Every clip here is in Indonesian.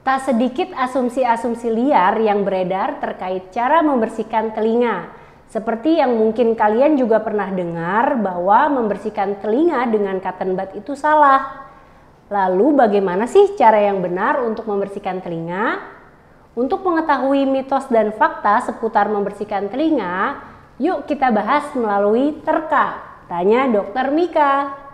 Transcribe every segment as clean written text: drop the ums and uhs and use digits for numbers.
Tak sedikit asumsi-asumsi liar yang beredar terkait cara membersihkan telinga. Seperti yang mungkin kalian juga pernah dengar bahwa membersihkan telinga dengan cotton bud itu salah. Lalu bagaimana sih cara yang benar untuk membersihkan telinga? Untuk mengetahui mitos dan fakta seputar membersihkan telinga, yuk kita bahas melalui Terka. Tanya Dokter Mika.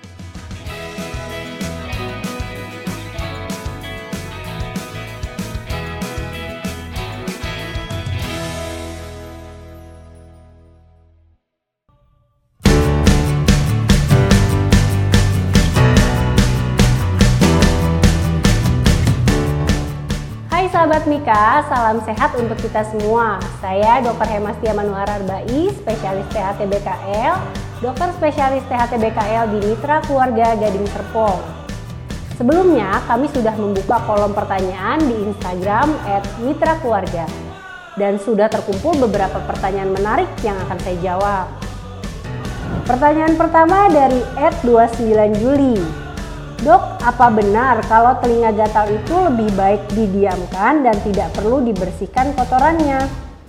Sahabat Mika, salam sehat untuk kita semua. Saya Dr. Hemastia Manuhara Arbai, spesialis THT BKL, dokter spesialis THT BKL di Mitra Keluarga Gading Serpong. Sebelumnya, kami sudah membuka kolom pertanyaan di Instagram @mitrakeluarga dan sudah terkumpul beberapa pertanyaan menarik yang akan saya jawab. Pertanyaan pertama dari @29Juli. Dok, apa benar kalau telinga gatal itu lebih baik didiamkan dan tidak perlu dibersihkan kotorannya?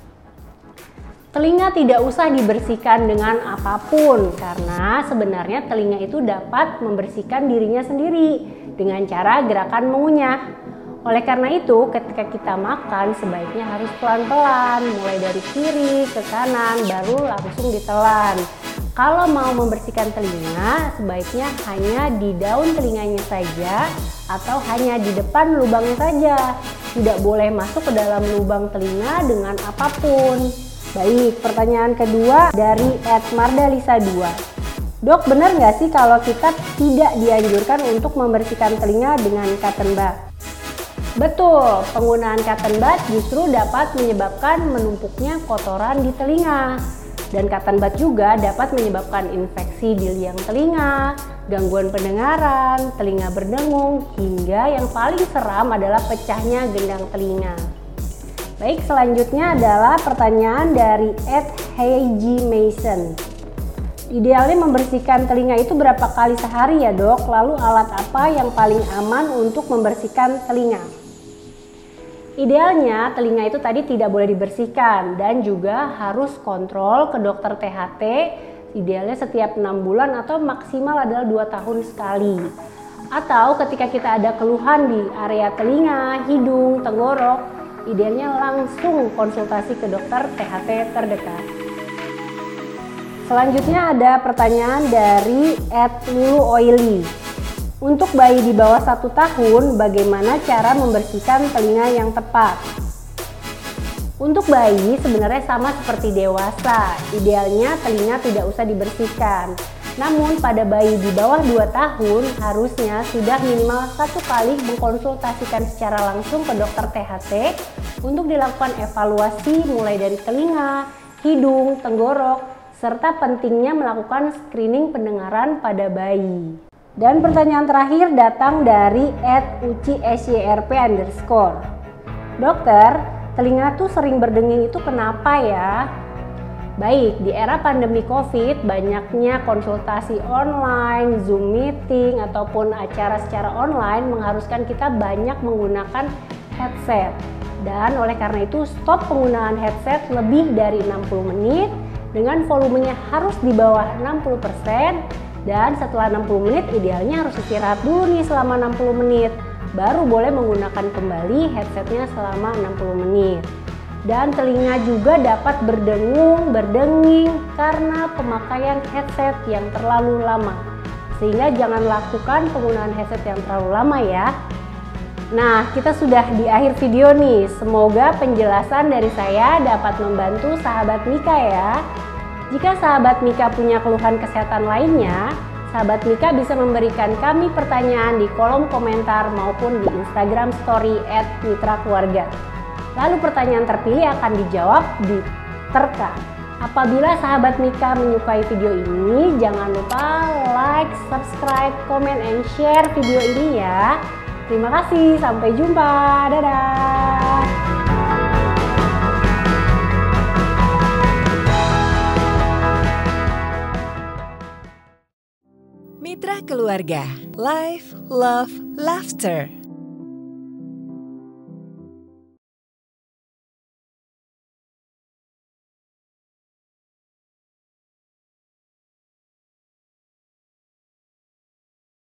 Telinga tidak usah dibersihkan dengan apapun karena sebenarnya telinga itu dapat membersihkan dirinya sendiri dengan cara gerakan mengunyah. Oleh karena itu, ketika kita makan sebaiknya harus pelan-pelan, mulai dari kiri ke kanan baru langsung ditelan. Kalau mau membersihkan telinga, sebaiknya hanya di daun telinganya saja atau hanya di depan lubangnya saja. Tidak boleh masuk ke dalam lubang telinga dengan apapun. Baik, pertanyaan kedua dari @mardalisa2. Dok, benar nggak sih kalau kita tidak dianjurkan untuk membersihkan telinga dengan cotton bud? Betul, penggunaan cotton bud justru dapat menyebabkan menumpuknya kotoran di telinga. Dan cotton bud juga dapat menyebabkan infeksi di liang telinga, gangguan pendengaran, telinga berdengung, hingga yang paling seram adalah pecahnya gendang telinga. Baik, selanjutnya adalah pertanyaan dari @heiji_mason. Idealnya membersihkan telinga itu berapa kali sehari ya dok? Lalu alat apa yang paling aman untuk membersihkan telinga? Idealnya telinga itu tadi tidak boleh dibersihkan dan juga harus kontrol ke dokter THT idealnya setiap 6 bulan atau maksimal adalah 2 tahun sekali. Atau ketika kita ada keluhan di area telinga, hidung, tenggorok, idealnya langsung konsultasi ke dokter THT terdekat. Selanjutnya ada pertanyaan dari @luluoily. Untuk bayi di bawah 1 tahun, bagaimana cara membersihkan telinga yang tepat? Untuk bayi sebenarnya sama seperti dewasa, idealnya telinga tidak usah dibersihkan. Namun pada bayi di bawah 2 tahun harusnya sudah minimal 1 kali mengkonsultasikan secara langsung ke dokter THT untuk dilakukan evaluasi mulai dari telinga, hidung, tenggorok, serta pentingnya melakukan screening pendengaran pada bayi. Dan pertanyaan terakhir datang dari @uci_syRP_. Dokter, telinga tuh sering berdenging itu kenapa ya? Baik, di era pandemi COVID banyaknya konsultasi online, Zoom meeting, ataupun acara secara online mengharuskan kita banyak menggunakan headset. Dan oleh karena itu stop penggunaan headset lebih dari 60 menit dengan volumenya harus di bawah 60%. Dan setelah 60 menit idealnya harus istirahat dulu nih selama 60 menit. Baru boleh menggunakan kembali headsetnya selama 60 menit. Dan telinga juga dapat berdengung, berdenging karena pemakaian headset yang terlalu lama. Sehingga jangan lakukan penggunaan headset yang terlalu lama ya. Nah, kita sudah di akhir video nih. Semoga penjelasan dari saya dapat membantu sahabat Mika ya. Jika sahabat Mika punya keluhan kesehatan lainnya, sahabat Mika bisa memberikan kami pertanyaan di kolom komentar maupun di Instagram story @mitrakeluarga. Lalu pertanyaan terpilih akan dijawab di Terka. Apabila sahabat Mika menyukai video ini, jangan lupa like, subscribe, comment, and share video ini ya. Terima kasih, sampai jumpa, dadah! Mitra Keluarga, Life, Love, Laughter.